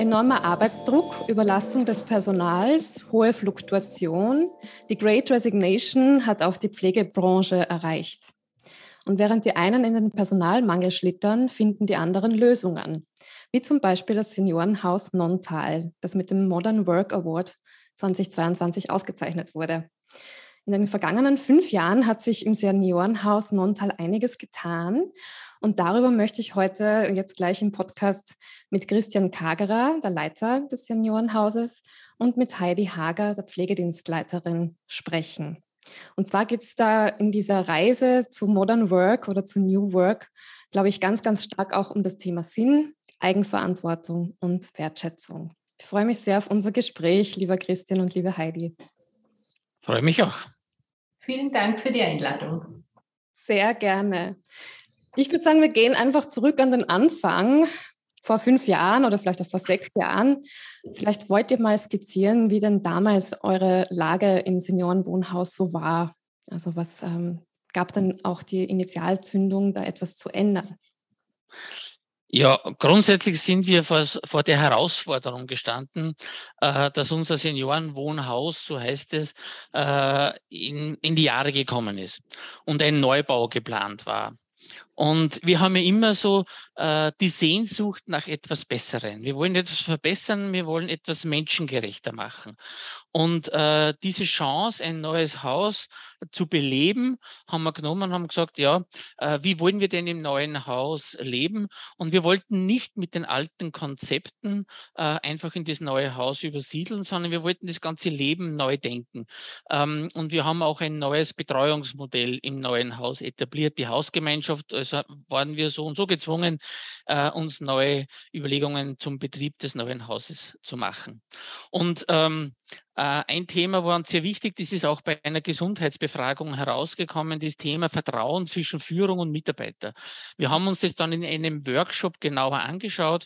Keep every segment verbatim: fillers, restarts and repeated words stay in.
Enormer Arbeitsdruck, Überlastung des Personals, hohe Fluktuation. Die Great Resignation hat auch die Pflegebranche erreicht. Und während die einen in den Personalmangel schlittern, finden die anderen Lösungen. Wie zum Beispiel das Seniorenhaus Nonntal, das mit dem Modern Work Award zweitausendzweiundzwanzig ausgezeichnet wurde. In den vergangenen fünf Jahren hat sich im Seniorenhaus Nonntal einiges getan. Und darüber möchte ich heute jetzt gleich im Podcast mit Christian Kagerer, der Leiter des Seniorenhauses, und mit Heidi Hager, der Pflegedienstleiterin, sprechen. Und zwar geht es da in dieser Reise zu Modern Work oder zu New Work, glaube ich, ganz, ganz stark auch um das Thema Sinn, Eigenverantwortung und Wertschätzung. Ich freue mich sehr auf unser Gespräch, lieber Christian und liebe Heidi. Freue mich auch. Vielen Dank für die Einladung. Sehr gerne. Ich würde sagen, wir gehen einfach zurück an den Anfang, vor fünf Jahren oder vielleicht auch vor sechs Jahren. Vielleicht wollt ihr mal skizzieren, wie denn damals eure Lage im Seniorenwohnhaus so war. Also was ähm, gab denn auch die Initialzündung, da etwas zu ändern? Ja, grundsätzlich sind wir vor, vor der Herausforderung gestanden, äh, dass unser Seniorenwohnhaus, so heißt es, äh, in, in die Jahre gekommen ist und ein Neubau geplant war. Und wir haben ja immer so äh, die Sehnsucht nach etwas Besserem. Wir wollen etwas verbessern, wir wollen etwas menschengerechter machen. Und äh, diese Chance, ein neues Haus zu beleben, haben wir genommen und haben gesagt, ja, äh, wie wollen wir denn im neuen Haus leben? Und wir wollten nicht mit den alten Konzepten äh, einfach in das neue Haus übersiedeln, sondern wir wollten das ganze Leben neu denken. Ähm, und wir haben auch ein neues Betreuungsmodell im neuen Haus etabliert. Die Hausgemeinschaft, also waren wir so und so gezwungen, äh, uns neue Überlegungen zum Betrieb des neuen Hauses zu machen. Und ähm, äh, ein Thema war uns sehr wichtig, das ist auch bei einer Gesundheitsbefragung herausgekommen, das Thema Vertrauen zwischen Führung und Mitarbeiter. Wir haben uns das dann in einem Workshop genauer angeschaut.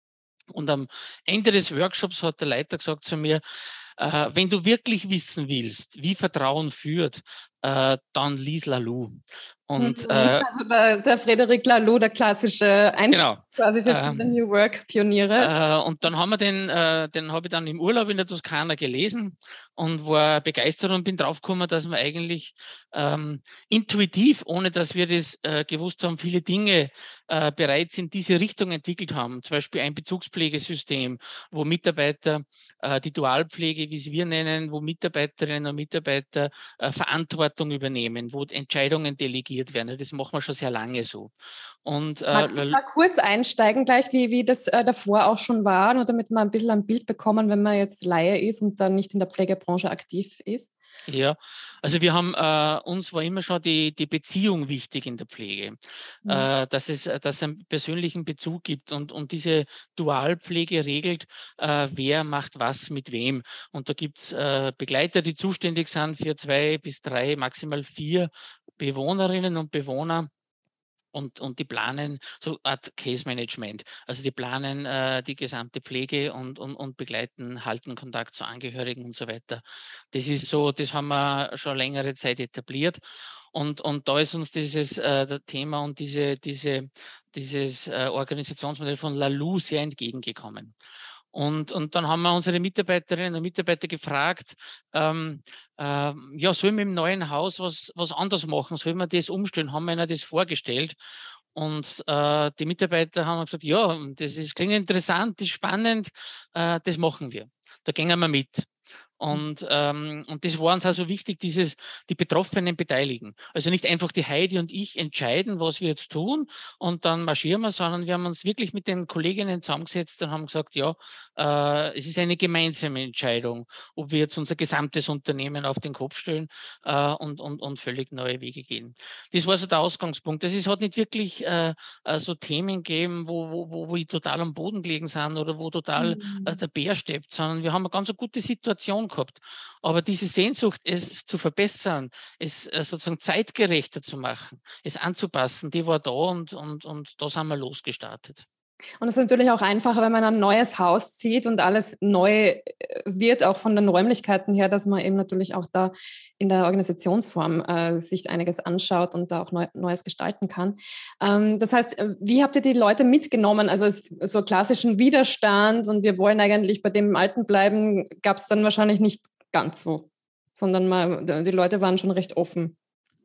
Und am Ende des Workshops hat der Leiter gesagt zu mir, äh, wenn du wirklich wissen willst, wie Vertrauen führt, äh, dann lies Laloux. Und, äh, also der, der Frédéric Laloux, der klassische Einstieg genau. quasi für viele ähm, New Work-Pioniere. Äh, und dann haben wir den, äh, den habe ich dann im Urlaub in der Toskana gelesen und war begeistert und bin draufgekommen, dass wir eigentlich ähm, intuitiv, ohne dass wir das äh, gewusst haben, viele Dinge äh, bereits in diese Richtung entwickelt haben. Zum Beispiel ein Bezugspflegesystem, wo Mitarbeiter äh, die Dualpflege, wie sie wir nennen, wo Mitarbeiterinnen und Mitarbeiter äh, Verantwortung übernehmen, wo Entscheidungen delegiert werden. Das machen wir schon sehr lange so. Und, äh, Magst du da kurz einsteigen gleich, wie, wie das äh, davor auch schon war, nur damit wir ein bisschen ein Bild bekommen, wenn man jetzt Laie ist und dann nicht in der Pflegebranche aktiv ist? Ja, also wir haben, äh, uns war immer schon die, die Beziehung wichtig in der Pflege, mhm. äh, dass, es, dass es einen persönlichen Bezug gibt und, und diese Dualpflege regelt, äh, wer macht was mit wem. Und da gibt es äh, Begleiter, die zuständig sind für zwei bis drei, maximal vier Bewohnerinnen und Bewohner. Und, und die planen so Art Case Management. Also die planen äh, die gesamte Pflege und, und, und begleiten, halten Kontakt zu Angehörigen und so weiter. Das ist so, das haben wir schon längere Zeit etabliert. Und, und da ist uns dieses äh, Thema und diese, diese, dieses äh, Organisationsmodell von Laloux sehr entgegengekommen. Und, und dann haben wir unsere Mitarbeiterinnen und Mitarbeiter gefragt, ähm, äh, ja, sollen wir im neuen Haus was, was anders machen? Sollen wir das umstellen? Haben wir ihnen das vorgestellt? Und äh, die Mitarbeiter haben gesagt, ja, das ist, klingt interessant, das ist spannend, äh, das machen wir. Da gehen wir mit. Und, ähm, und das war uns also wichtig, dieses, die Betroffenen beteiligen. Also nicht einfach die Heidi und ich entscheiden, was wir jetzt tun und dann marschieren wir, sondern wir haben uns wirklich mit den Kolleginnen zusammengesetzt und haben gesagt, ja, äh, es ist eine gemeinsame Entscheidung, ob wir jetzt unser gesamtes Unternehmen auf den Kopf stellen äh, und, und, und völlig neue Wege gehen. Das war so der Ausgangspunkt. Das ist, hat nicht wirklich äh, so Themen gegeben, wo, wo, wo, wo ich total am Boden gelegen sind oder wo total Mhm. äh, der Bär steht, sondern wir haben eine ganz eine gute Situation gehabt. Aber diese Sehnsucht, es zu verbessern, es sozusagen zeitgerechter zu machen, es anzupassen, die war da und, und, und da sind wir losgestartet. Und es ist natürlich auch einfacher, wenn man ein neues Haus zieht und alles neu wird, auch von den Räumlichkeiten her, dass man eben natürlich auch da in der Organisationsform äh, sich einiges anschaut und da auch neu, Neues gestalten kann. Ähm, das heißt, wie habt ihr die Leute mitgenommen? Also es, so klassischen Widerstand und wir wollen eigentlich bei dem Alten bleiben, gab es dann wahrscheinlich nicht ganz so, sondern mal, die Leute waren schon recht offen.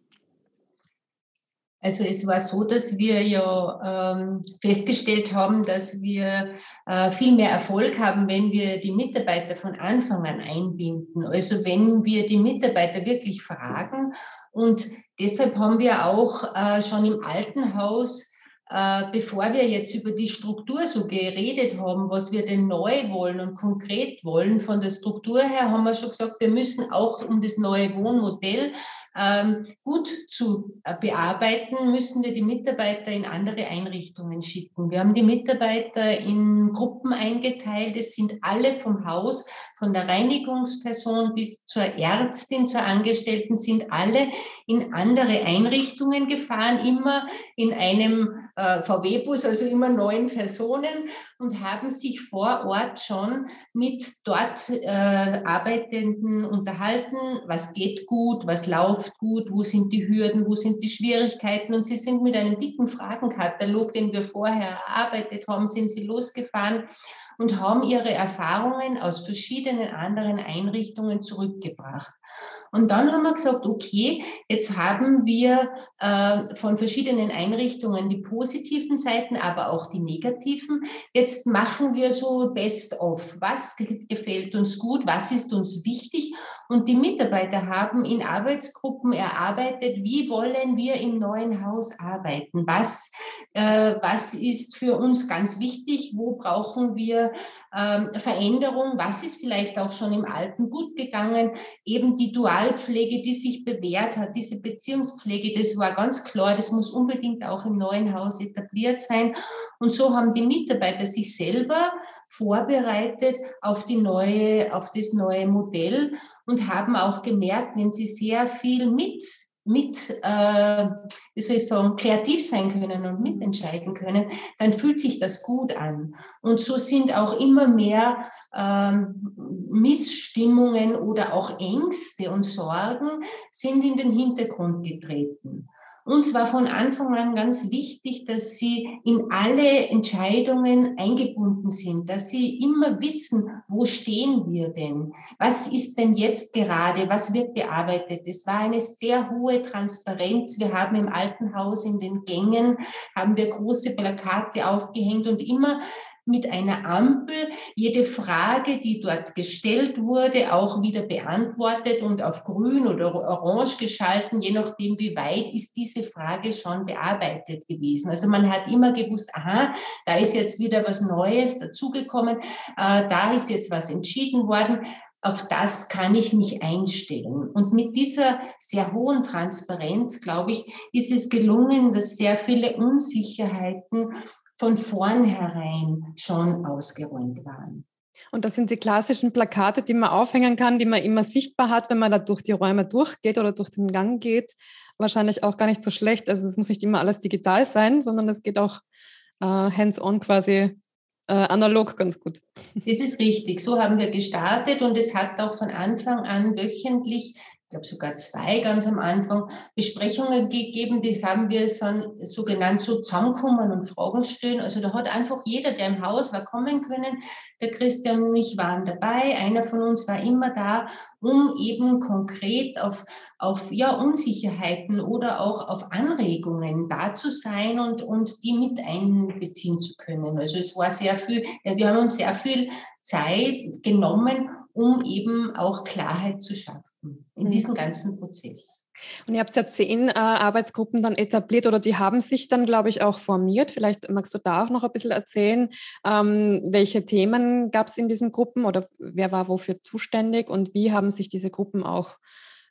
Also es war so, dass wir ja ähm, festgestellt haben, dass wir äh, viel mehr Erfolg haben, wenn wir die Mitarbeiter von Anfang an einbinden. Also wenn wir die Mitarbeiter wirklich fragen. Und deshalb haben wir auch äh, schon im alten Haus, äh, bevor wir jetzt über die Struktur so geredet haben, was wir denn neu wollen und konkret wollen, von der Struktur her haben wir schon gesagt, wir müssen auch um das neue Wohnmodell Ähm, gut zu äh, bearbeiten, müssen wir die Mitarbeiter in andere Einrichtungen schicken. Wir haben die Mitarbeiter in Gruppen eingeteilt. Es sind alle vom Haus, von der Reinigungsperson bis zur Ärztin, zur Angestellten, sind alle in andere Einrichtungen gefahren, immer in einem äh, V W-Bus, also immer neun Personen, und haben sich vor Ort schon mit dort äh, Arbeitenden unterhalten, was geht gut, was läuft gut, wo sind die Hürden, wo sind die Schwierigkeiten, und sie sind mit einem dicken Fragenkatalog, den wir vorher erarbeitet haben, sind sie losgefahren und haben ihre Erfahrungen aus verschiedenen anderen Einrichtungen zurückgebracht. Und dann haben wir gesagt, okay, jetzt haben wir äh, von verschiedenen Einrichtungen die positiven Seiten, aber auch die negativen. Jetzt machen wir so Best-of. Was gefällt uns gut? Was ist uns wichtig? Und die Mitarbeiter haben in Arbeitsgruppen erarbeitet, wie wollen wir im neuen Haus arbeiten? Was, äh, was ist für uns ganz wichtig? Wo brauchen wir ähm, Veränderung? Was ist vielleicht auch schon im Alten gut gegangen? Eben die Dualpflege, die sich bewährt hat, diese Beziehungspflege, das war ganz klar, das muss unbedingt auch im neuen Haus etabliert sein. Und so haben die Mitarbeiter sich selber vorbereitet auf die neue, auf das neue Modell und haben auch gemerkt, wenn sie sehr viel mit mit, äh, wie soll ich sagen, kreativ sein können und mitentscheiden können, dann fühlt sich das gut an. Und so sind auch immer mehr ähm, Missstimmungen oder auch Ängste und Sorgen sind in den Hintergrund getreten. Uns war von Anfang an ganz wichtig, dass sie in alle Entscheidungen eingebunden sind, dass sie immer wissen, wo stehen wir denn? Was ist denn jetzt gerade? Was wird bearbeitet? Es war eine sehr hohe Transparenz. Wir haben im alten Haus in den Gängen, haben wir große Plakate aufgehängt und immer mit einer Ampel jede Frage, die dort gestellt wurde, auch wieder beantwortet und auf grün oder orange geschalten, je nachdem, wie weit ist diese Frage schon bearbeitet gewesen. Also man hat immer gewusst, aha, da ist jetzt wieder was Neues dazugekommen, äh, da ist jetzt was entschieden worden. Auf das kann ich mich einstellen. Und mit dieser sehr hohen Transparenz, glaube ich, ist es gelungen, dass sehr viele Unsicherheiten von vornherein schon ausgeräumt waren. Und das sind die klassischen Plakate, die man aufhängen kann, die man immer sichtbar hat, wenn man da durch die Räume durchgeht oder durch den Gang geht. Wahrscheinlich auch gar nicht so schlecht. Also es muss nicht immer alles digital sein, sondern es geht auch äh, hands-on quasi äh, analog ganz gut. Das ist richtig. So haben wir gestartet und es hat auch von Anfang an wöchentlich, ich glaube sogar zwei ganz am Anfang, Besprechungen gegeben, das haben wir dann so genannt, so zusammenkommen und Fragen stellen. Also da hat einfach jeder, der im Haus war, kommen können. Der Christian und ich waren dabei, einer von uns war immer da, um eben konkret auf, auf ja, Unsicherheiten oder auch auf Anregungen da zu sein und, und die mit einbeziehen zu können. Also es war sehr viel, wir haben uns sehr viel Zeit genommen, um eben auch Klarheit zu schaffen in diesem ganzen Prozess. Und ihr habt ja zehn äh, Arbeitsgruppen dann etabliert oder die haben sich dann, glaube ich, auch formiert. Vielleicht magst du da auch noch ein bisschen erzählen, ähm, welche Themen gab es in diesen Gruppen oder wer war wofür zuständig und wie haben sich diese Gruppen auch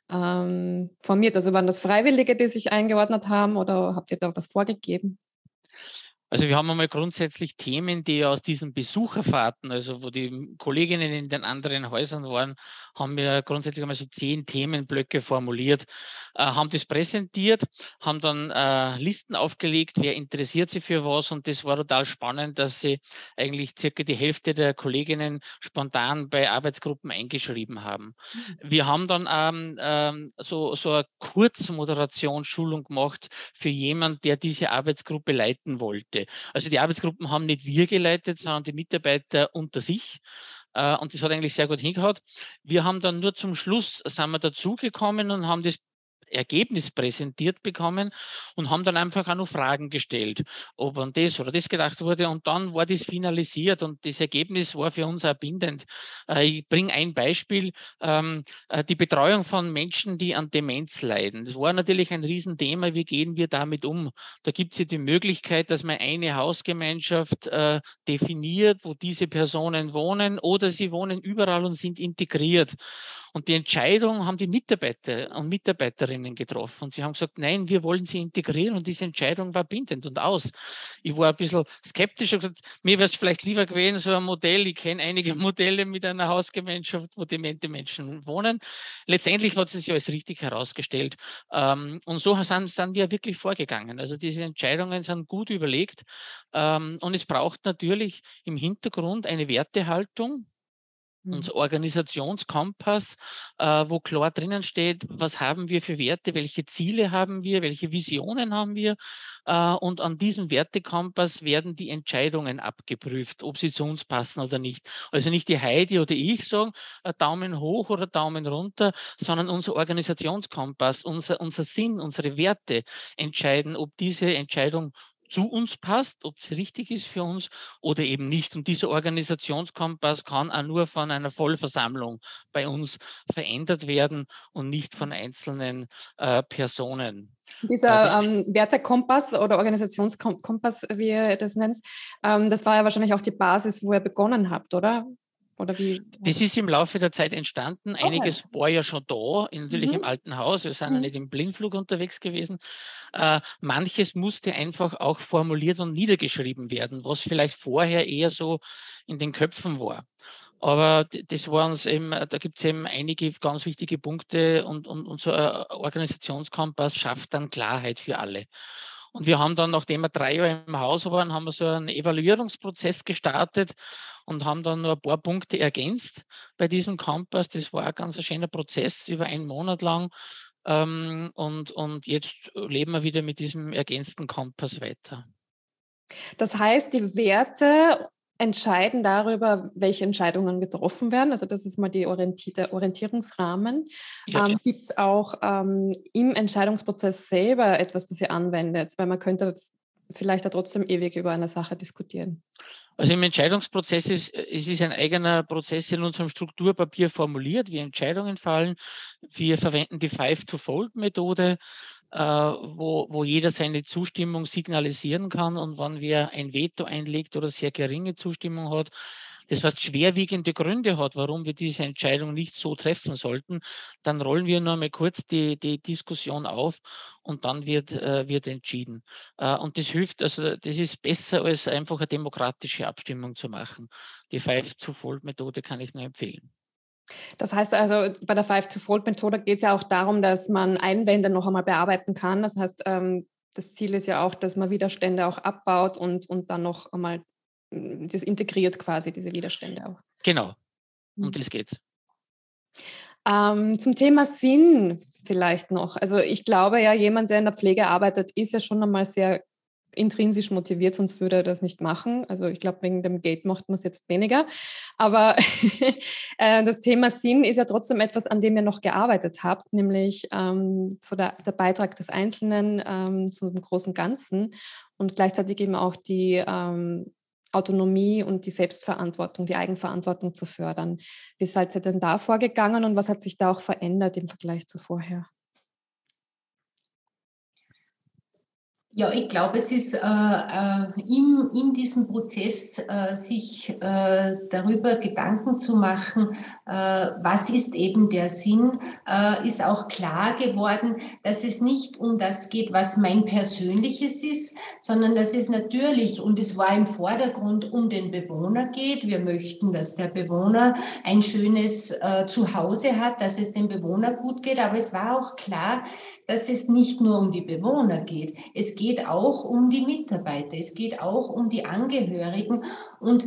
ähm, formiert? Also waren das Freiwillige, die sich eingeordnet haben oder habt ihr da was vorgegeben? Also wir haben einmal grundsätzlich Themen, die aus diesen Besucherfahrten, also wo die Kolleginnen in den anderen Häusern waren, haben wir grundsätzlich einmal so zehn Themenblöcke formuliert, äh, haben das präsentiert, haben dann äh, Listen aufgelegt, wer interessiert sich für was, und das war total spannend, dass sie eigentlich circa die Hälfte der Kolleginnen spontan bei Arbeitsgruppen eingeschrieben haben. Wir haben dann ähm, ähm, so, so eine Kurzmoderationsschulung gemacht für jemanden, der diese Arbeitsgruppe leiten wollte. Also die Arbeitsgruppen haben nicht wir geleitet, sondern die Mitarbeiter unter sich. Äh, und das hat eigentlich sehr gut hingehauen. Wir haben dann nur zum Schluss, sind wir dazugekommen und haben das Ergebnis präsentiert bekommen und haben dann einfach auch noch Fragen gestellt, ob an das oder das gedacht wurde, und dann war das finalisiert und das Ergebnis war für uns auch bindend. Äh, ich bringe ein Beispiel, ähm, äh, die Betreuung von Menschen, die an Demenz leiden. Das war natürlich ein Riesenthema, wie gehen wir damit um? Da gibt es ja die Möglichkeit, dass man eine Hausgemeinschaft äh, definiert, wo diese Personen wohnen, oder sie wohnen überall und sind integriert. Und die Entscheidung haben die Mitarbeiter und Mitarbeiterinnen getroffen. Und sie haben gesagt, nein, wir wollen sie integrieren, und diese Entscheidung war bindend und aus. Ich war ein bisschen skeptisch und gesagt, mir wäre es vielleicht lieber gewesen, so ein Modell. Ich kenne einige Modelle mit einer Hausgemeinschaft, wo demente Menschen wohnen. Letztendlich hat es sich als richtig herausgestellt. Ähm, und so sind, sind wir wirklich vorgegangen. Also diese Entscheidungen sind gut überlegt. Ähm, und es braucht natürlich im Hintergrund eine Wertehaltung, unser Organisationskompass, äh, wo klar drinnen steht, was haben wir für Werte, welche Ziele haben wir, welche Visionen haben wir. Äh, und an diesem Wertekompass werden die Entscheidungen abgeprüft, ob sie zu uns passen oder nicht. Also nicht die Heidi oder ich sagen, äh, Daumen hoch oder Daumen runter, sondern unser Organisationskompass, unser, unser Sinn, unsere Werte entscheiden, ob diese Entscheidung zu uns passt, ob es richtig ist für uns oder eben nicht. Und dieser Organisationskompass kann auch nur von einer Vollversammlung bei uns verändert werden und nicht von einzelnen äh, Personen. Dieser ähm, Wertekompass oder Organisationskompass, wie ihr das nennt, ähm, das war ja wahrscheinlich auch die Basis, wo ihr begonnen habt, oder? Oder wie? Das ist im Laufe der Zeit entstanden. Okay. Einiges war ja schon da, natürlich Mhm. im alten Haus. Wir sind Mhm. ja nicht im Blindflug unterwegs gewesen. Äh, manches musste einfach auch formuliert und niedergeschrieben werden, was vielleicht vorher eher so in den Köpfen war. Aber das war uns eben, da gibt es eben einige ganz wichtige Punkte, und, und, und so ein Organisationskompass schafft dann Klarheit für alle. Und wir haben dann, nachdem wir drei Jahre im Haus waren, haben wir so einen Evaluierungsprozess gestartet und haben dann nur ein paar Punkte ergänzt bei diesem Kompass. Das war ein ganz schöner Prozess über einen Monat lang. Ähm, und, und jetzt leben wir wieder mit diesem ergänzten Kompass weiter. Das heißt, die Werte entscheiden darüber, welche Entscheidungen getroffen werden. Also das ist mal die Orienti- der Orientierungsrahmen. Ja. Ähm, Gibt es auch ähm, im Entscheidungsprozess selber etwas, das ihr anwendet? Weil man könnte vielleicht da trotzdem ewig über eine Sache diskutieren. Also im Entscheidungsprozess ist es ist ein eigener Prozess in unserem Strukturpapier formuliert, wie Entscheidungen fallen. Wir verwenden die Five-to-Fold-Methode, äh, wo, wo jeder seine Zustimmung signalisieren kann, und wenn wer ein Veto einlegt oder sehr geringe Zustimmung hat, das heißt schwerwiegende Gründe hat, warum wir diese Entscheidung nicht so treffen sollten, dann rollen wir nur mal kurz die, die Diskussion auf, und dann wird, äh, wird entschieden. Äh, und das hilft, also das ist besser, als einfach eine demokratische Abstimmung zu machen. Die Five-to-Fold-Methode kann ich nur empfehlen. Das heißt also, bei der Five-to-Fold-Methode geht es ja auch darum, dass man Einwände noch einmal bearbeiten kann. Das heißt, ähm, das Ziel ist ja auch, dass man Widerstände auch abbaut und, und dann noch einmal das integriert quasi, diese Widerstände auch. Genau, um das geht's. Ähm, zum Thema Sinn vielleicht noch. Also ich glaube ja, jemand, der in der Pflege arbeitet, ist ja schon einmal sehr intrinsisch motiviert, sonst würde er das nicht machen. Also ich glaube, wegen dem Geld macht man es jetzt weniger. Aber äh, das Thema Sinn ist ja trotzdem etwas, an dem ihr noch gearbeitet habt, nämlich ähm, so der, der Beitrag des Einzelnen ähm, zum großen Ganzen und gleichzeitig eben auch die ähm, Autonomie und die Selbstverantwortung, die Eigenverantwortung zu fördern. Wie seid ihr denn da vorgegangen und was hat sich da auch verändert im Vergleich zu vorher? Ja, ich glaube, es ist äh, äh, im, in diesem Prozess, äh, sich äh, darüber Gedanken zu machen, äh, was ist eben der Sinn, äh, ist auch klar geworden, dass es nicht um das geht, was mein Persönliches ist, sondern dass es natürlich, und es war im Vordergrund, um den Bewohner geht. Wir möchten, dass der Bewohner ein schönes äh, Zuhause hat, dass es dem Bewohner gut geht, aber es war auch klar, dass es nicht nur um die Bewohner geht. Es geht auch um die Mitarbeiter. Es geht auch um die Angehörigen. Und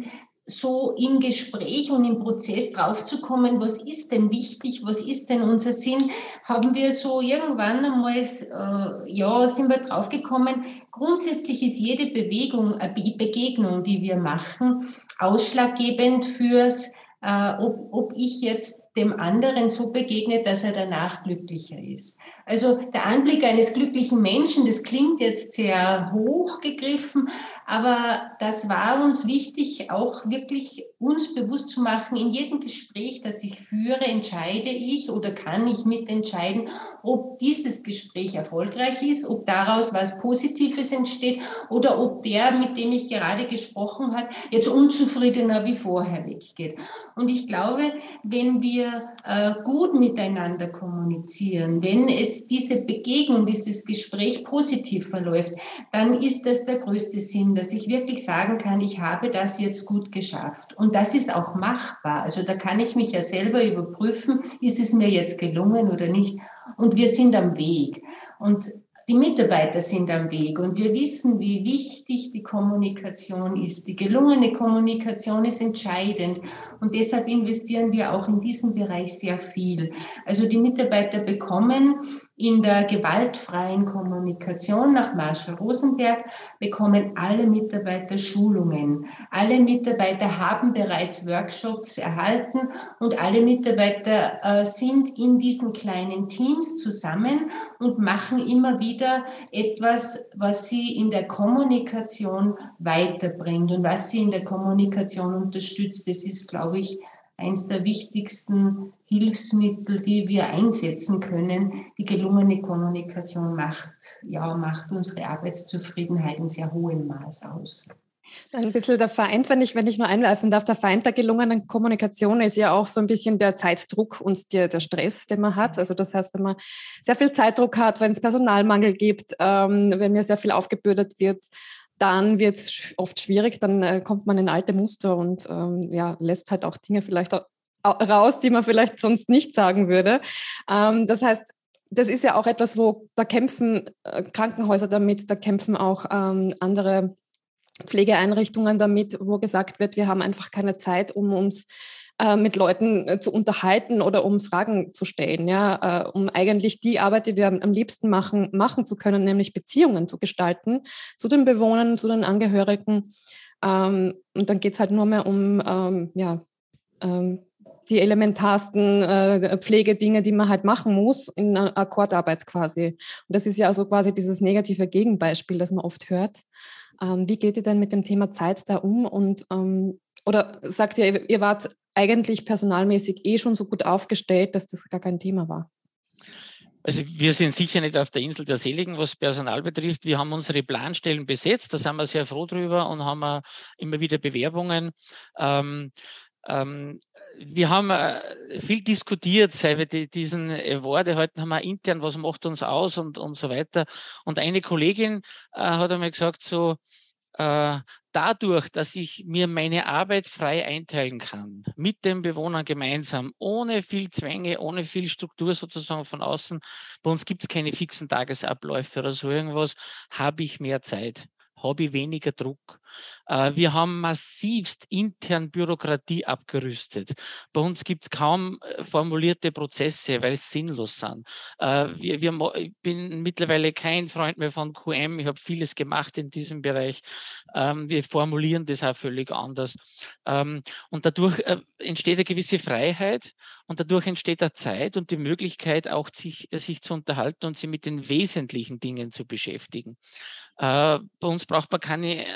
so im Gespräch und im Prozess draufzukommen, was ist denn wichtig, was ist denn unser Sinn, haben wir so irgendwann einmal, äh, ja, sind wir draufgekommen, grundsätzlich ist jede Bewegung, eine Begegnung, die wir machen, ausschlaggebend fürs, äh, ob, ob ich jetzt dem anderen so begegnet, dass er danach glücklicher ist. Also der Anblick eines glücklichen Menschen, das klingt jetzt sehr hoch gegriffen, aber das war uns wichtig, auch wirklich uns bewusst zu machen, in jedem Gespräch, das ich führe, entscheide ich oder kann ich mitentscheiden, ob dieses Gespräch erfolgreich ist, ob daraus was Positives entsteht oder ob der, mit dem ich gerade gesprochen habe, jetzt unzufriedener wie vorher weggeht. Und ich glaube, wenn wir äh, gut miteinander kommunizieren, wenn es diese Begegnung, dieses Gespräch positiv verläuft, dann ist das der größte Sinn, dass ich wirklich sagen kann, ich habe das jetzt gut geschafft. Und das ist auch machbar. Also da kann ich mich ja selber überprüfen, ist es mir jetzt gelungen oder nicht. Und wir sind am Weg. Und die Mitarbeiter sind am Weg und wir wissen, wie wichtig die Kommunikation ist. Die gelungene Kommunikation ist entscheidend und deshalb investieren wir auch in diesen Bereich sehr viel. Also die Mitarbeiter bekommen in der gewaltfreien Kommunikation nach Marshall Rosenberg, bekommen alle Mitarbeiter Schulungen. Alle Mitarbeiter haben bereits Workshops erhalten und alle Mitarbeiter äh, sind in diesen kleinen Teams zusammen und machen immer wieder etwas, was sie in der Kommunikation weiterbringt und was sie in der Kommunikation unterstützt. Das ist, glaube ich, eines der wichtigsten Hilfsmittel, die wir einsetzen können. Die gelungene Kommunikation macht, ja, macht unsere Arbeitszufriedenheit in sehr hohem Maß aus. Ein bisschen der Feind, wenn ich, wenn ich nur einwerfen darf, der Feind der gelungenen Kommunikation ist ja auch so ein bisschen der Zeitdruck und der, der Stress, den man hat. Also das heißt, wenn man sehr viel Zeitdruck hat, wenn es Personalmangel gibt, ähm, wenn mir sehr viel aufgebürdet wird, dann wird es oft schwierig, dann äh, kommt man in alte Muster und ähm, ja, lässt halt auch Dinge vielleicht auch raus, die man vielleicht sonst nicht sagen würde. Ähm, das heißt, das ist ja auch etwas, wo da kämpfen äh, Krankenhäuser damit, da kämpfen auch ähm, andere Pflegeeinrichtungen damit, wo gesagt wird, wir haben einfach keine Zeit, um uns äh, mit Leuten äh, zu unterhalten oder um Fragen zu stellen, ja, äh, um eigentlich die Arbeit, die wir am, am liebsten machen, machen zu können, nämlich Beziehungen zu gestalten zu den Bewohnern, zu den Angehörigen. Ähm, und dann geht es halt nur mehr um ähm, ja, ähm, die elementarsten äh, Pflegedinge, die man halt machen muss, in einer Akkordarbeit quasi. Und das ist ja also quasi dieses negative Gegenbeispiel, das man oft hört. Ähm, wie geht ihr denn mit dem Thema Zeit da um? Und, ähm, oder sagt ihr, ihr wart eigentlich personalmäßig eh schon so gut aufgestellt, dass das gar kein Thema war? Also wir sind sicher nicht auf der Insel der Seligen, was Personal betrifft. Wir haben unsere Planstellen besetzt, da sind wir sehr froh drüber und haben äh, immer wieder Bewerbungen. Ähm, ähm, wir haben äh, viel diskutiert, seit wir die, diesen Award erhalten haben, wir intern, was macht uns aus und, und so weiter. Und eine Kollegin äh, hat einmal gesagt, so, äh, dadurch, dass ich mir meine Arbeit frei einteilen kann, mit den Bewohnern gemeinsam, ohne viel Zwänge, ohne viel Struktur sozusagen von außen, bei uns gibt es keine fixen Tagesabläufe oder so irgendwas, habe ich mehr Zeit, habe ich weniger Druck. Äh, wir haben massivst intern Bürokratie abgerüstet. Bei uns gibt es kaum äh, formulierte Prozesse, weil es sinnlos sind. Äh, wir, wir, ich bin mittlerweile kein Freund mehr von Q M. Ich habe vieles gemacht in diesem Bereich. Ähm, wir formulieren das auch völlig anders. Ähm, und dadurch äh, entsteht eine gewisse Freiheit und dadurch entsteht eine Zeit und die Möglichkeit, auch sich, sich zu unterhalten und sich mit den wesentlichen Dingen zu beschäftigen. Äh, bei uns braucht man keine langen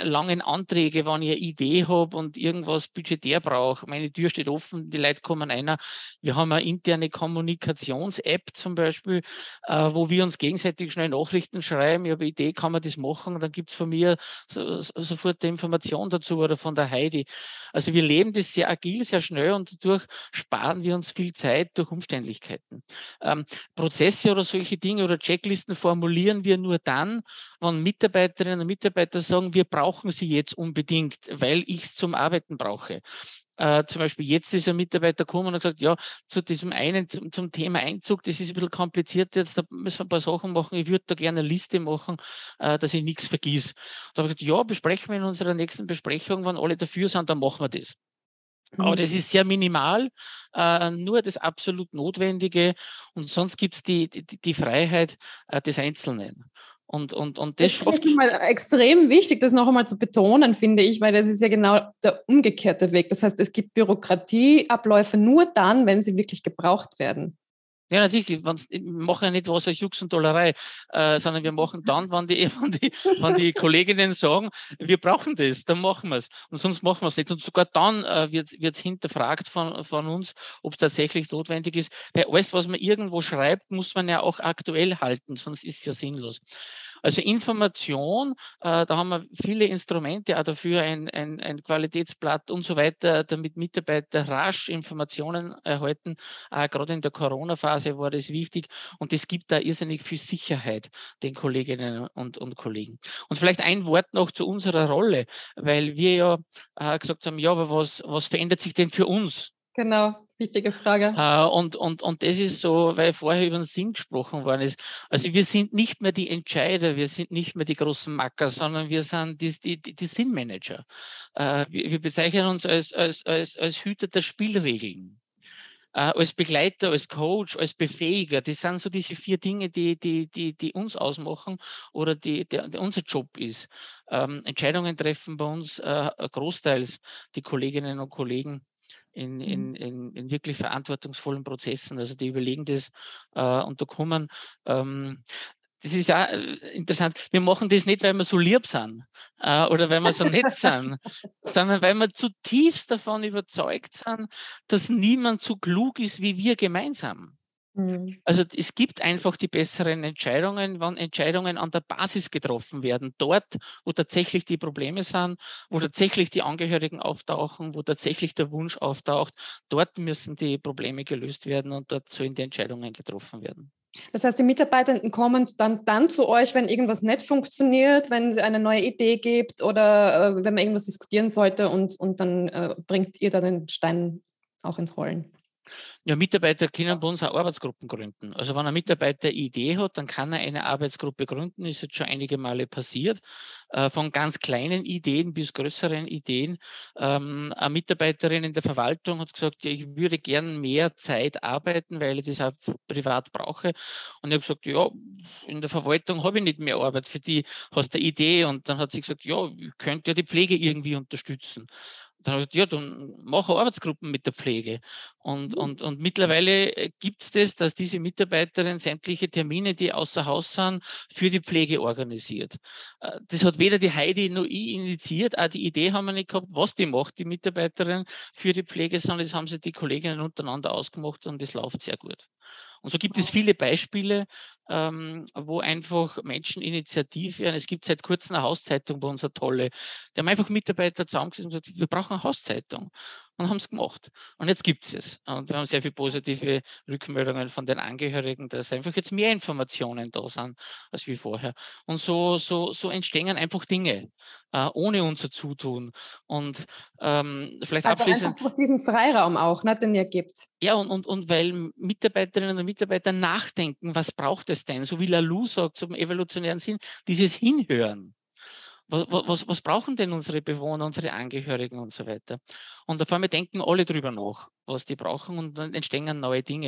Anträge, wenn ich eine Idee habe und irgendwas budgetär brauche. Meine Tür steht offen, die Leute kommen rein. Wir haben eine interne Kommunikations-App zum Beispiel, äh, wo wir uns gegenseitig schnell Nachrichten schreiben. Ich habe eine Idee, kann man das machen? Dann gibt es von mir so, so, sofort die Information dazu oder von der Heidi. Also wir leben das sehr agil, sehr schnell und dadurch sparen wir uns viel Zeit durch Umständlichkeiten. Ähm, Prozesse oder solche Dinge oder Checklisten formulieren wir nur dann, wenn Mitarbeiterinnen und Mitarbeiter sagen, wir brauchen sie jetzt unbedingt, weil ich es zum Arbeiten brauche. Äh, zum Beispiel jetzt ist ein Mitarbeiter gekommen und hat gesagt, ja, zu diesem einen, zum, zum Thema Einzug, das ist ein bisschen kompliziert jetzt, da müssen wir ein paar Sachen machen, ich würde da gerne eine Liste machen, äh, dass ich nichts vergieße. Da habe ich gesagt, ja, besprechen wir in unserer nächsten Besprechung, wenn alle dafür sind, dann machen wir das. Aber das ist sehr minimal, äh, nur das absolut Notwendige und sonst gibt es die, die, die Freiheit äh, des Einzelnen. Und, und, und das, das ist schon mal extrem wichtig, das noch einmal zu betonen, finde ich, weil das ist ja genau der umgekehrte Weg. Das heißt, es gibt Bürokratieabläufe nur dann, wenn sie wirklich gebraucht werden. Ja, natürlich, wir machen ja nicht was als Jux und Dollerei, äh, sondern wir machen dann, wenn die, wenn, die, wenn die Kolleginnen sagen, wir brauchen das, dann machen wir es. Und sonst machen wir es nicht. Und sogar dann äh, wird es hinterfragt von, von uns, ob es tatsächlich notwendig ist. Weil alles, was man irgendwo schreibt, muss man ja auch aktuell halten, sonst ist es ja sinnlos. Also Information, äh, da haben wir viele Instrumente auch dafür, ein, ein, ein Qualitätsblatt und so weiter, damit Mitarbeiter rasch Informationen erhalten. Äh, gerade in der Corona-Phase war das wichtig und das gibt da irrsinnig viel Sicherheit den Kolleginnen und, und Kollegen. Und vielleicht ein Wort noch zu unserer Rolle, weil wir ja äh, gesagt haben, ja, aber was, was verändert sich denn für uns? Genau, wichtige Frage. Uh, und, und, und das ist so, weil vorher über den Sinn gesprochen worden ist. Also wir sind nicht mehr die Entscheider, wir sind nicht mehr die großen Macker, sondern wir sind die, die, die, die Sinnmanager. Uh, wir, wir bezeichnen uns als, als, als, als Hüter der Spielregeln. Uh, als Begleiter, als Coach, als Befähiger. Das sind so diese vier Dinge, die, die, die, die uns ausmachen oder die, die, die unser Job ist. Um, Entscheidungen treffen bei uns uh, großteils die Kolleginnen und Kollegen In, in, in, in wirklich verantwortungsvollen Prozessen. Also die überlegen das äh, und da kommen, ähm, das ist ja interessant, wir machen das nicht, weil wir so lieb sind äh, oder weil wir so nett sind, sondern weil wir zutiefst davon überzeugt sind, dass niemand so klug ist wie wir gemeinsam. Also es gibt einfach die besseren Entscheidungen, wenn Entscheidungen an der Basis getroffen werden, dort, wo tatsächlich die Probleme sind, wo tatsächlich die Angehörigen auftauchen, wo tatsächlich der Wunsch auftaucht, dort müssen die Probleme gelöst werden und dort sollen die Entscheidungen getroffen werden. Das heißt, die Mitarbeitenden kommen dann, dann zu euch, wenn irgendwas nicht funktioniert, wenn es eine neue Idee gibt oder äh, wenn man irgendwas diskutieren sollte und, und dann äh, bringt ihr da den Stein auch ins Rollen. Ja, Mitarbeiter können bei uns auch Arbeitsgruppen gründen. Also wenn ein Mitarbeiter eine Idee hat, dann kann er eine Arbeitsgruppe gründen. Ist jetzt schon einige Male passiert. Äh, von ganz kleinen Ideen bis größeren Ideen. Ähm, eine Mitarbeiterin in der Verwaltung hat gesagt, ja, ich würde gern mehr Zeit arbeiten, weil ich das auch privat brauche. Und ich habe gesagt, ja, in der Verwaltung habe ich nicht mehr Arbeit. Für die hast du eine Idee. Und dann hat sie gesagt, ja, ich könnte ja die Pflege irgendwie unterstützen. Dann habe ich gesagt, ja, dann mache Arbeitsgruppen mit der Pflege. Und, und, und mittlerweile gibt es das, dass diese Mitarbeiterin sämtliche Termine, die außer Haus sind, für die Pflege organisiert. Das hat weder die Heidi noch ich initiiert, auch die Idee haben wir nicht gehabt, was die macht, die Mitarbeiterin für die Pflege, sondern das haben sie die Kolleginnen untereinander ausgemacht und das läuft sehr gut. Und so gibt es viele Beispiele, ähm, wo einfach Menschen initiativ werden. Es gibt seit kurzem eine Hauszeitung bei uns, eine tolle. Die haben einfach Mitarbeiter zusammengesetzt und gesagt, wir brauchen eine Hauszeitung. Und haben es gemacht. Und jetzt gibt es es. Und wir haben sehr viele positive Rückmeldungen von den Angehörigen, dass einfach jetzt mehr Informationen da sind als wie vorher. Und so, so, so entstehen einfach Dinge äh, ohne unser Zutun. Und ähm, vielleicht also abschließend. Einfach diesen Freiraum auch, ne, den ihr gibt. Ja, und, und, und weil Mitarbeiterinnen und Mitarbeiter nachdenken, was braucht es denn? So wie Lalou sagt, zum evolutionären Sinn, dieses Hinhören. Was, was, was brauchen denn unsere Bewohner, unsere Angehörigen und so weiter? Und auf einmal denken alle drüber nach, was die brauchen und dann entstehen neue Dinge.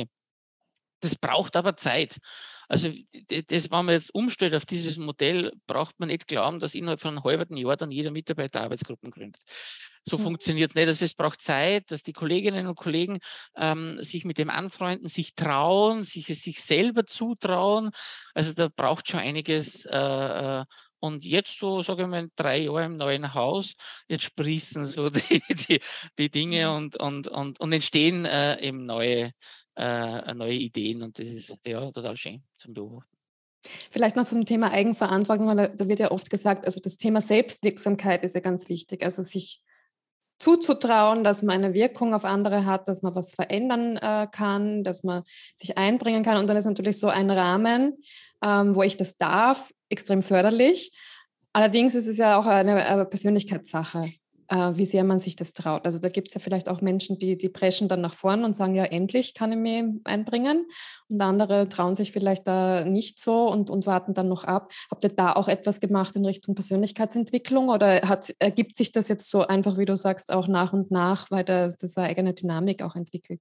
Das braucht aber Zeit. Also das, wenn man jetzt umstellt auf dieses Modell, braucht man nicht glauben, dass innerhalb von einem halben Jahr dann jeder Mitarbeiter Arbeitsgruppen gründet. So mhm. funktioniert nicht. Also es braucht Zeit, dass die Kolleginnen und Kollegen ähm, sich mit dem anfreunden, sich trauen, sich es sich selber zutrauen. Also da braucht schon einiges, äh, Und jetzt so, sage ich mal, in drei Jahren im neuen Haus, jetzt sprießen so die, die, die Dinge und, und, und, und entstehen äh, eben neue, äh, neue Ideen. Und das ist ja total schön zum Beobachten. Vielleicht noch zum Thema Eigenverantwortung, weil da, da wird ja oft gesagt, also das Thema Selbstwirksamkeit ist ja ganz wichtig. Also sich zuzutrauen, dass man eine Wirkung auf andere hat, dass man was verändern äh, kann, dass man sich einbringen kann. Und dann ist natürlich so ein Rahmen, ähm, wo ich das darf, extrem förderlich. Allerdings ist es ja auch eine, eine Persönlichkeitssache, äh, wie sehr man sich das traut. Also da gibt es ja vielleicht auch Menschen, die, die preschen dann nach vorn und sagen, ja, endlich kann ich mich einbringen. Und andere trauen sich vielleicht da nicht so und, und warten dann noch ab. Habt ihr da auch etwas gemacht in Richtung Persönlichkeitsentwicklung oder hat, ergibt sich das jetzt so einfach, wie du sagst, auch nach und nach, weil das, das eine eigene Dynamik auch entwickelt?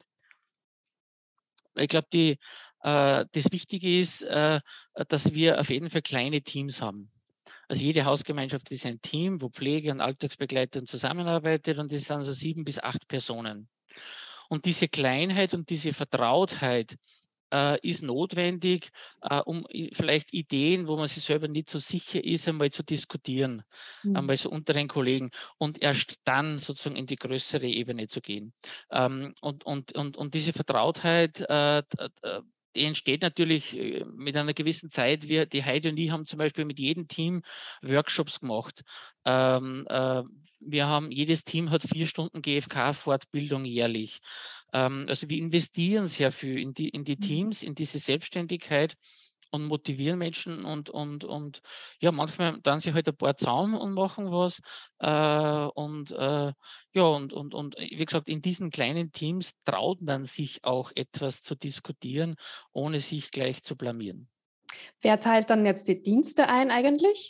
Ich glaube, die, äh, das Wichtige ist, äh, dass wir auf jeden Fall kleine Teams haben. Also jede Hausgemeinschaft ist ein Team, wo Pflege und Alltagsbegleitung zusammenarbeitet und das sind so sieben bis acht Personen. Und diese Kleinheit und diese Vertrautheit äh, ist notwendig, äh, um i- vielleicht Ideen, wo man sich selber nicht so sicher ist, einmal zu diskutieren, Mhm. einmal so unter den Kollegen und erst dann sozusagen in die größere Ebene zu gehen. Ähm, und, und, und, und diese Vertrautheit, äh, d- d- die entsteht natürlich äh, mit einer gewissen Zeit. Wir, die Heidi und ich haben zum Beispiel mit jedem Team Workshops gemacht. Ähm, äh, wir haben, jedes Team hat vier Stunden G F K-Fortbildung jährlich. Ähm, also wir investieren sehr viel in die, in die Teams, in diese Selbstständigkeit und motivieren Menschen und, und, und ja, manchmal dann sich halt ein paar zusammen und machen was. Äh, und äh, ja, und, und, und wie gesagt, in diesen kleinen Teams traut man sich auch etwas zu diskutieren, ohne sich gleich zu blamieren. Wer teilt dann jetzt die Dienste ein eigentlich?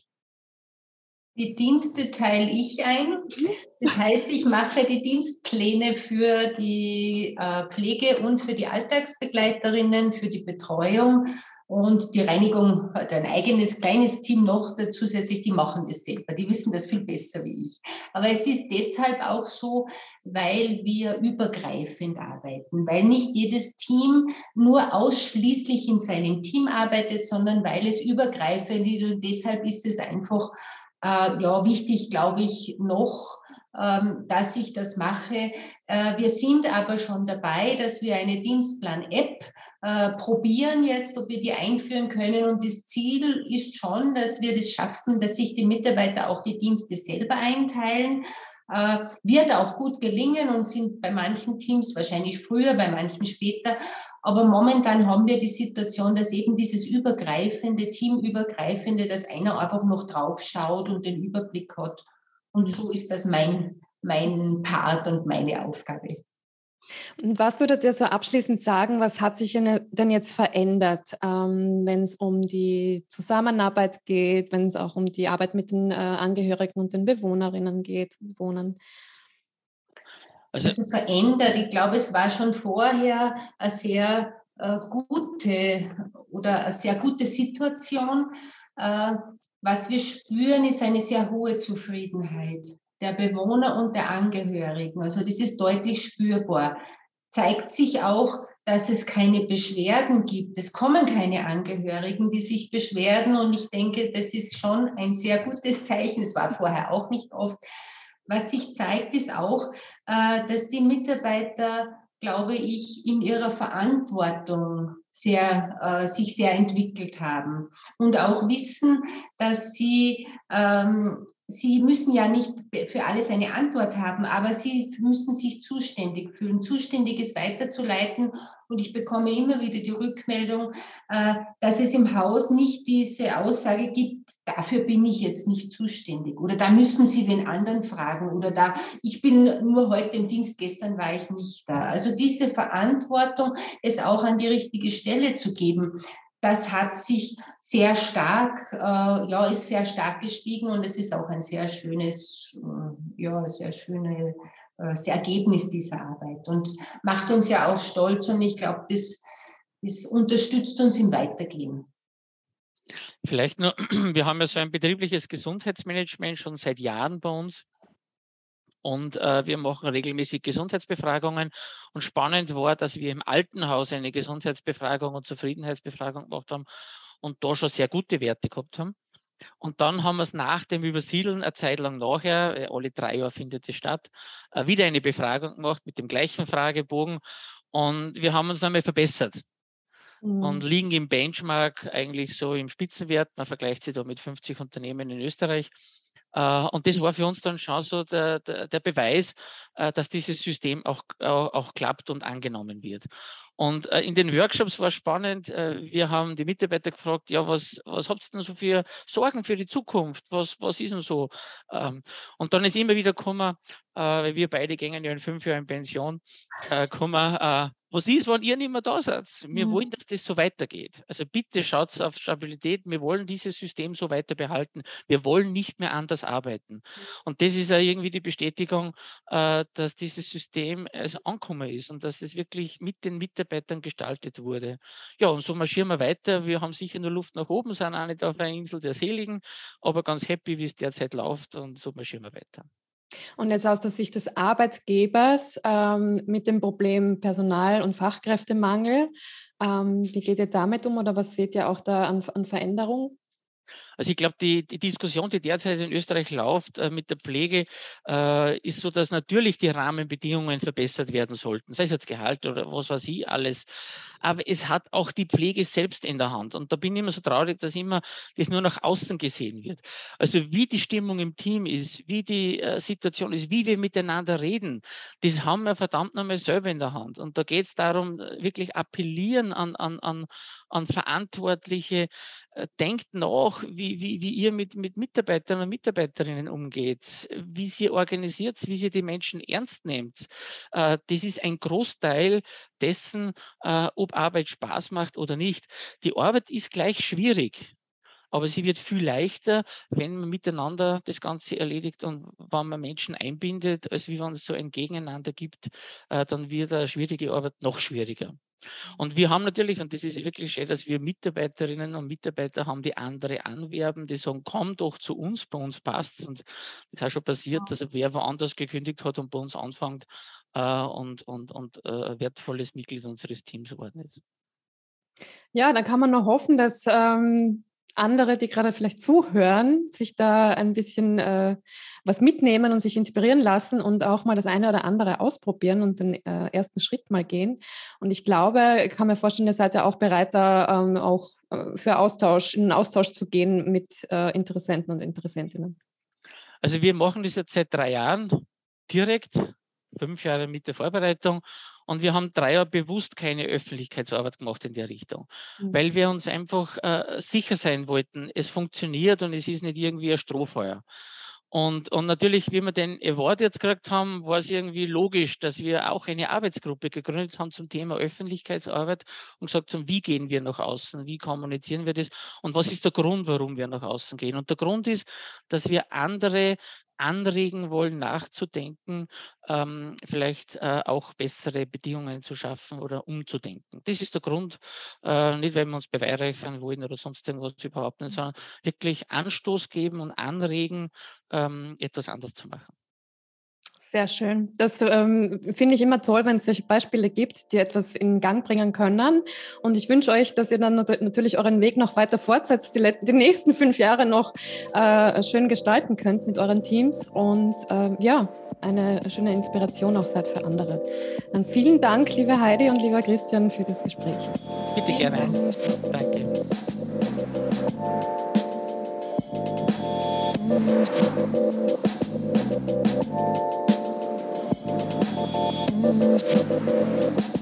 Die Dienste teile ich ein. Das heißt, ich mache die Dienstpläne für die äh, Pflege und für die Alltagsbegleiterinnen, für die Betreuung. Und die Reinigung hat ein eigenes kleines Team noch zusätzlich, die machen das selber. Die wissen das viel besser wie ich. Aber es ist deshalb auch so, weil wir übergreifend arbeiten, weil nicht jedes Team nur ausschließlich in seinem Team arbeitet, sondern weil es übergreifend ist. Und deshalb ist es einfach äh, ja, wichtig, glaube ich, noch, ähm, dass ich das mache. Äh, wir sind aber schon dabei, dass wir eine Dienstplan-App äh, probieren jetzt, ob wir die einführen können. Und das Ziel ist schon, dass wir das schaffen, dass sich die Mitarbeiter auch die Dienste selber einteilen. Äh, wird auch gut gelingen und sind bei manchen Teams wahrscheinlich früher, bei manchen später. Aber momentan haben wir die Situation, dass eben dieses übergreifende, teamübergreifende, dass einer einfach noch drauf schaut und den Überblick hat. Und so ist das mein, mein Part und meine Aufgabe. Und was würdet ihr so abschließend sagen, was hat sich denn jetzt verändert, ähm, wenn es um die Zusammenarbeit geht, wenn es auch um die Arbeit mit den äh, Angehörigen und den Bewohnerinnen geht, Bewohnern? Also, Also verändert. Ich glaube, es war schon vorher eine sehr äh, gute oder eine sehr gute Situation. Äh, was wir spüren, ist eine sehr hohe Zufriedenheit der Bewohner und der Angehörigen. Also das ist deutlich spürbar. Zeigt sich auch, dass es keine Beschwerden gibt. Es kommen keine Angehörigen, die sich beschweren. Und ich denke, das ist schon ein sehr gutes Zeichen. Es war vorher auch nicht oft. Was sich zeigt, ist auch, äh, dass die Mitarbeiter, glaube ich, in ihrer Verantwortung sehr, äh, sich sehr entwickelt haben und auch wissen, dass sie, ähm, sie müssen ja nicht für alles eine Antwort haben, aber sie müssen sich zuständig fühlen, Zuständiges weiterzuleiten. Und ich bekomme immer wieder die Rückmeldung, äh, dass es im Haus nicht diese Aussage gibt, dafür bin ich jetzt nicht zuständig oder da müssen Sie den anderen fragen oder da, ich bin nur heute im Dienst, gestern war ich nicht da. Also diese Verantwortung, es auch an die richtige Stelle zu geben, das hat sich sehr stark, äh, ja, ist sehr stark gestiegen und es ist auch ein sehr schönes, äh, ja, sehr schönes äh, Ergebnis dieser Arbeit und macht uns ja auch stolz und ich glaube, das, das unterstützt uns im Weitergehen. vielleicht nur, wir haben ja so ein betriebliches Gesundheitsmanagement schon seit Jahren bei uns. Und äh, wir machen regelmäßig Gesundheitsbefragungen. Und spannend war, dass wir im Altenhaus eine Gesundheitsbefragung und Zufriedenheitsbefragung gemacht haben und da schon sehr gute Werte gehabt haben. Und dann haben wir es nach dem Übersiedeln eine Zeit lang nachher, alle drei Jahre findet es statt, wieder eine Befragung gemacht mit dem gleichen Fragebogen und wir haben uns nochmal verbessert. Mhm. Und liegen im Benchmark eigentlich so im Spitzenwert. Man vergleicht sich da mit fünfzig Unternehmen in Österreich. Und das war für uns dann schon so der, der, der Beweis, dass dieses System auch, auch, auch klappt und angenommen wird. Und in den Workshops war spannend. Wir haben die Mitarbeiter gefragt, ja, was, was habt ihr denn so für Sorgen für die Zukunft? Was, was ist denn so? Und dann ist immer wieder gekommen, weil wir beide gehen ja in fünf Jahren in Pension, gekommen, was ist, wenn ihr nicht mehr da seid? Wir mhm. wollen, dass das so weitergeht. Also bitte schaut auf Stabilität. Wir wollen dieses System so weiter behalten. Wir wollen nicht mehr anders arbeiten. Und das ist ja irgendwie die Bestätigung, äh, dass dieses System also angekommen ist und dass es wirklich mit den Mitarbeitern gestaltet wurde. Ja, und so marschieren wir weiter. Wir haben sicher nur Luft nach oben, sind auch nicht auf einer Insel der Seligen, aber ganz happy, wie es derzeit läuft und so marschieren wir weiter. Und jetzt aus der Sicht des Arbeitgebers ähm, mit dem Problem Personal- und Fachkräftemangel, ähm, wie geht ihr damit um oder was seht ihr auch da an, an Veränderungen? Also ich glaube, die, die Diskussion, die derzeit in Österreich läuft äh, mit der Pflege, äh, ist so, dass natürlich die Rahmenbedingungen verbessert werden sollten, sei es jetzt Gehalt oder was weiß ich alles. Aber es hat auch die Pflege selbst in der Hand. Und da bin ich immer so traurig, dass immer das nur nach außen gesehen wird. Also wie die Stimmung im Team ist, wie die äh, Situation ist, wie wir miteinander reden, das haben wir verdammt nochmal selber in der Hand. Und da geht es darum, wirklich appellieren an, an, an, an Verantwortliche, äh, denkt nach, wie, wie, wie ihr mit, mit Mitarbeitern und Mitarbeiterinnen umgeht, wie sie organisiert, wie sie die Menschen ernst nehmt. Äh, das ist ein Großteil dessen, äh, ob Arbeit Spaß macht oder nicht. Die Arbeit ist gleich schwierig, aber sie wird viel leichter, wenn man miteinander das Ganze erledigt und wenn man Menschen einbindet, als wie wenn es so ein Gegeneinander gibt, äh, dann wird eine schwierige Arbeit noch schwieriger. Und wir haben natürlich, und das ist wirklich schön, dass wir Mitarbeiterinnen und Mitarbeiter haben, die andere anwerben, die sagen, komm doch zu uns, bei uns passt. Und das ist auch schon passiert, dass wer woanders gekündigt hat und bei uns anfängt äh, und, und, und äh, ein wertvolles Mitglied unseres Teams geworden ist. Ja, da kann man nur hoffen, dass ähm, andere, die gerade vielleicht zuhören, sich da ein bisschen äh, was mitnehmen und sich inspirieren lassen und auch mal das eine oder andere ausprobieren und den äh, ersten Schritt mal gehen. Und ich glaube, ich kann mir vorstellen, ihr seid ja auch bereit, da ähm, auch äh, für Austausch, in den Austausch zu gehen mit äh, Interessenten und Interessentinnen. Also wir machen das jetzt seit drei Jahren direkt, fünf Jahre mit der Vorbereitung. Und wir haben drei Jahre bewusst keine Öffentlichkeitsarbeit gemacht in der Richtung, mhm. weil wir uns einfach äh, sicher sein wollten, es funktioniert und es ist nicht irgendwie ein Strohfeuer. Und, und natürlich, wie wir den Award jetzt gekriegt haben, war es irgendwie logisch, dass wir auch eine Arbeitsgruppe gegründet haben zum Thema Öffentlichkeitsarbeit und gesagt haben, wie gehen wir nach außen, wie kommunizieren wir das und was ist der Grund, warum wir nach außen gehen. Und der Grund ist, dass wir andere anregen wollen, nachzudenken, ähm, vielleicht äh, auch bessere Bedingungen zu schaffen oder umzudenken. Das ist der Grund, äh, nicht weil wir uns beweihräuchern wollen oder sonst irgendwas überhaupt nicht, sondern wirklich Anstoß geben und anregen, ähm, etwas anders zu machen. Sehr schön. Das ähm, finde ich immer toll, wenn es solche Beispiele gibt, die etwas in Gang bringen können. Und ich wünsche euch, dass ihr dann natürlich euren Weg noch weiter fortsetzt, die, die nächsten fünf Jahre noch äh, schön gestalten könnt mit euren Teams und äh, ja, eine schöne Inspiration auch seid für andere. Dann vielen Dank, liebe Heidi und lieber Christian, für das Gespräch. Bitte gerne. Danke. Thank you.